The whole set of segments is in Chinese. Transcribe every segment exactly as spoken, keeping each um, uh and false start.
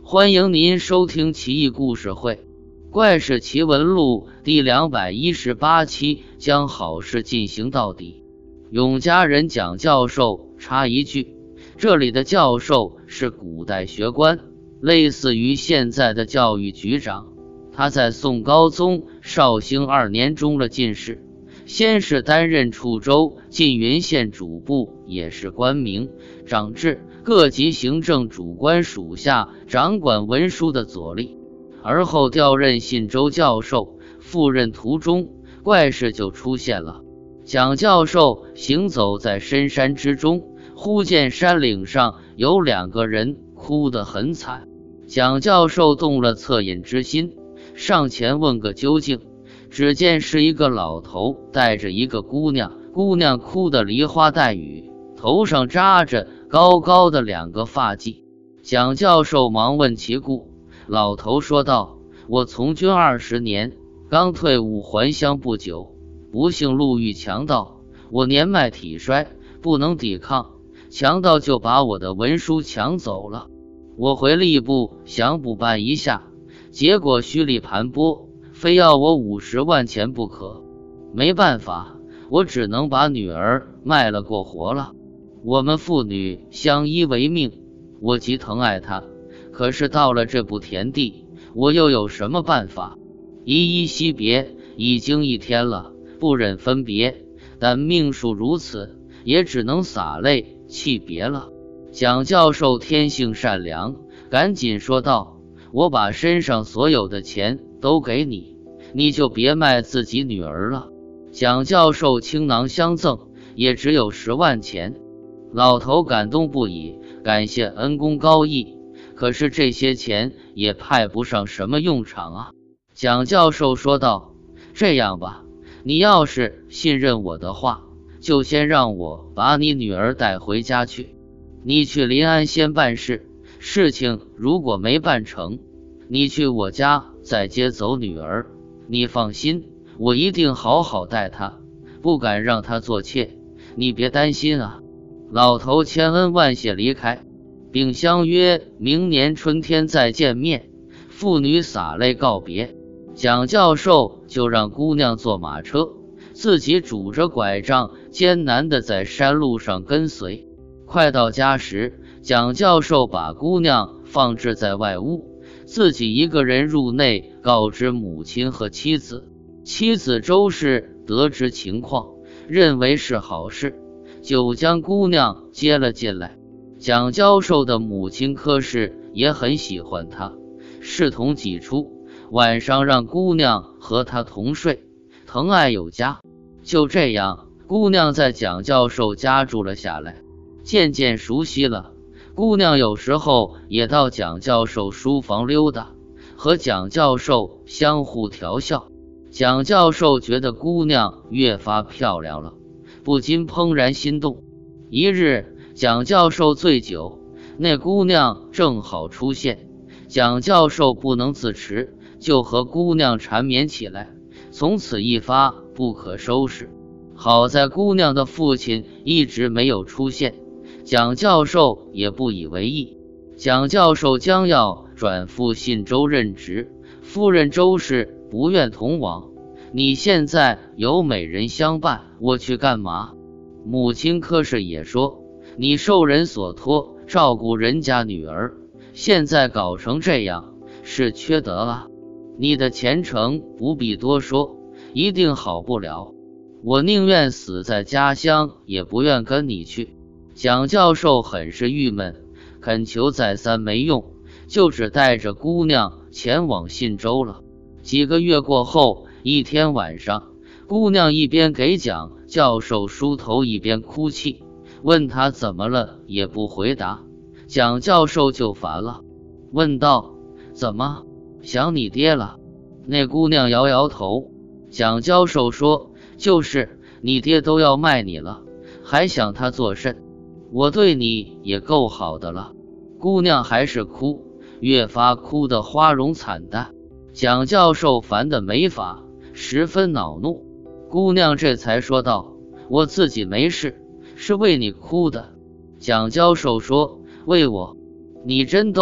欢迎您收听奇异故事会《怪事奇闻录》第两百一十八期，将好事进行到底。永嘉人蒋教授插一句，这里的教授是古代学官，类似于现在的教育局长。他在宋高宗绍兴二年中了进士，先是担任处州缙云县主簿，也是官名，掌制各级行政主官属下掌管文书的左吏。而后调任信州教授，赴任途中，怪事就出现了。蒋教授行走在深山之中，忽见山岭上有两个人哭得很惨。蒋教授动了恻隐之心，上前问个究竟。只见是一个老头带着一个姑娘，姑娘哭得梨花带雨，头上扎着高高的两个发髻。蒋教授忙问其故，老头说道：我从军二十年，刚退伍还乡不久，不幸路遇强盗，我年迈体衰，不能抵抗，强盗就把我的文书抢走了。我回吏部想补办一下，结果虚力盘剥，非要我五十万钱不可。没办法，我只能把女儿卖了过活了。我们父女相依为命，我极疼爱她，可是到了这步田地，我又有什么办法？依依惜别，已经一天了，不忍分别，但命数如此，也只能洒泪泣别了。蒋教授天性善良，赶紧说道：我把身上所有的钱都给你，你就别卖自己女儿了。蒋教授倾囊相赠，也只有十万钱。老头感动不已，感谢恩公高义，可是这些钱也派不上什么用场啊。蒋教授说道：这样吧，你要是信任我的话，就先让我把你女儿带回家去，你去临安先办事，事情如果没办成，你去我家再接走女儿。你放心，我一定好好待她，不敢让她做妾，你别担心啊。老头千恩万谢离开，并相约明年春天再见面。父女洒泪告别，蒋教授就让姑娘坐马车，自己拄着拐杖艰难地在山路上跟随。快到家时，蒋教授把姑娘放置在外屋，自己一个人入内告知母亲和妻子。妻子周氏得知情况，认为是好事，就将姑娘接了进来。蒋教授的母亲柯氏也很喜欢他，视同己出，晚上让姑娘和他同睡，疼爱有加。就这样，姑娘在蒋教授家住了下来，渐渐熟悉了。姑娘有时候也到蒋教授书房溜达，和蒋教授相互调笑。蒋教授觉得姑娘越发漂亮了，不禁怦然心动。一日，蒋教授醉酒，那姑娘正好出现，蒋教授不能自持，就和姑娘缠绵起来，从此一发不可收拾。好在姑娘的父亲一直没有出现，蒋教授也不以为意。蒋教授将要转赴信州任职，夫人周氏不愿同往。你现在有美人相伴，我去干嘛？母亲柯氏也说，你受人所托，照顾人家女儿，现在搞成这样，是缺德啊。你的前程不必多说，一定好不了。我宁愿死在家乡，也不愿跟你去。蒋教授很是郁闷，恳求再三没用，就只带着姑娘前往信州了。几个月过后，一天晚上，姑娘一边给蒋教授梳头，一边哭泣，问他怎么了也不回答。蒋教授就烦了，问道：怎么想你爹了？那姑娘摇摇头。蒋教授说：就是你爹都要卖你了，还想他做甚？我对你也够好的了。姑娘还是哭，越发哭得花容惨淡。蒋教授烦得没法，十分恼怒。姑娘这才说道：我自己没事，是为你哭的。蒋教授说：为我？你真逗，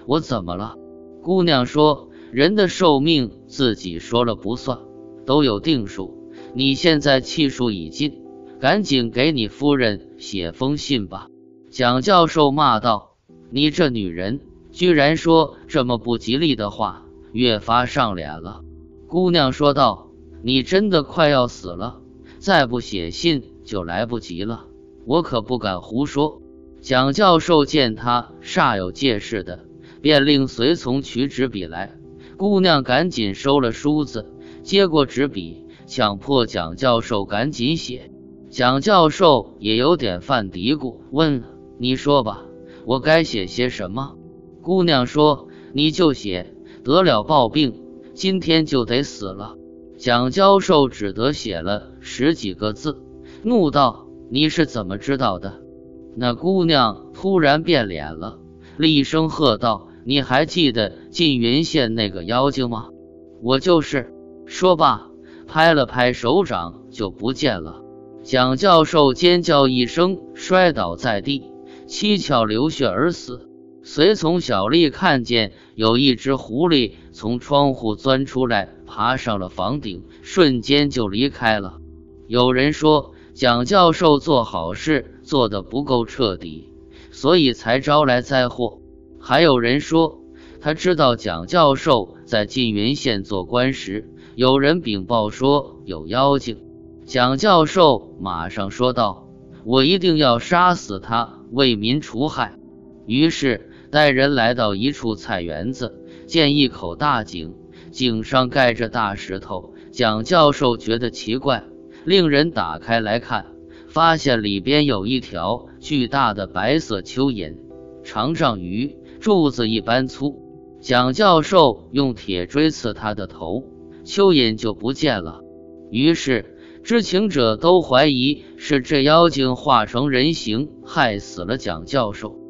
我怎么了？姑娘说，人的寿命自己说了不算，都有定数，你现在气数已尽，赶紧给你夫人写封信吧。蒋教授骂道，你这女人居然说这么不吉利的话，越发上脸了。姑娘说道，你真的快要死了，再不写信就来不及了，我可不敢胡说。蒋教授见他煞有介事的，便令随从取纸笔来。姑娘赶紧收了梳子，接过纸笔，强迫蒋教授赶紧写。蒋教授也有点犯嘀咕，问，你说吧，我该写些什么？姑娘说，你就写得了暴病，今天就得死了。蒋教授只得写了十几个字，怒道，你是怎么知道的？那姑娘突然变脸了，厉声喝道，你还记得缙云县那个妖精吗？我就是。说罢拍了拍手掌就不见了。蒋教授尖叫一声，摔倒在地，七窍流血而死。随从小丽看见有一只狐狸从窗户钻出来，爬上了房顶，瞬间就离开了。有人说蒋教授做好事做得不够彻底，所以才招来灾祸。还有人说他知道蒋教授在缙云县做官时，有人禀报说有妖精。蒋教授马上说道，我一定要杀死他，为民除害。于是带人来到一处菜园子，见一口大井，井上盖着大石头。蒋教授觉得奇怪，令人打开来看，发现里边有一条巨大的白色蚯蚓，长丈余，柱子一般粗。蒋教授用铁锥刺他的头，蚯蚓就不见了。于是知情者都怀疑是这妖精化成人形害死了蒋教授。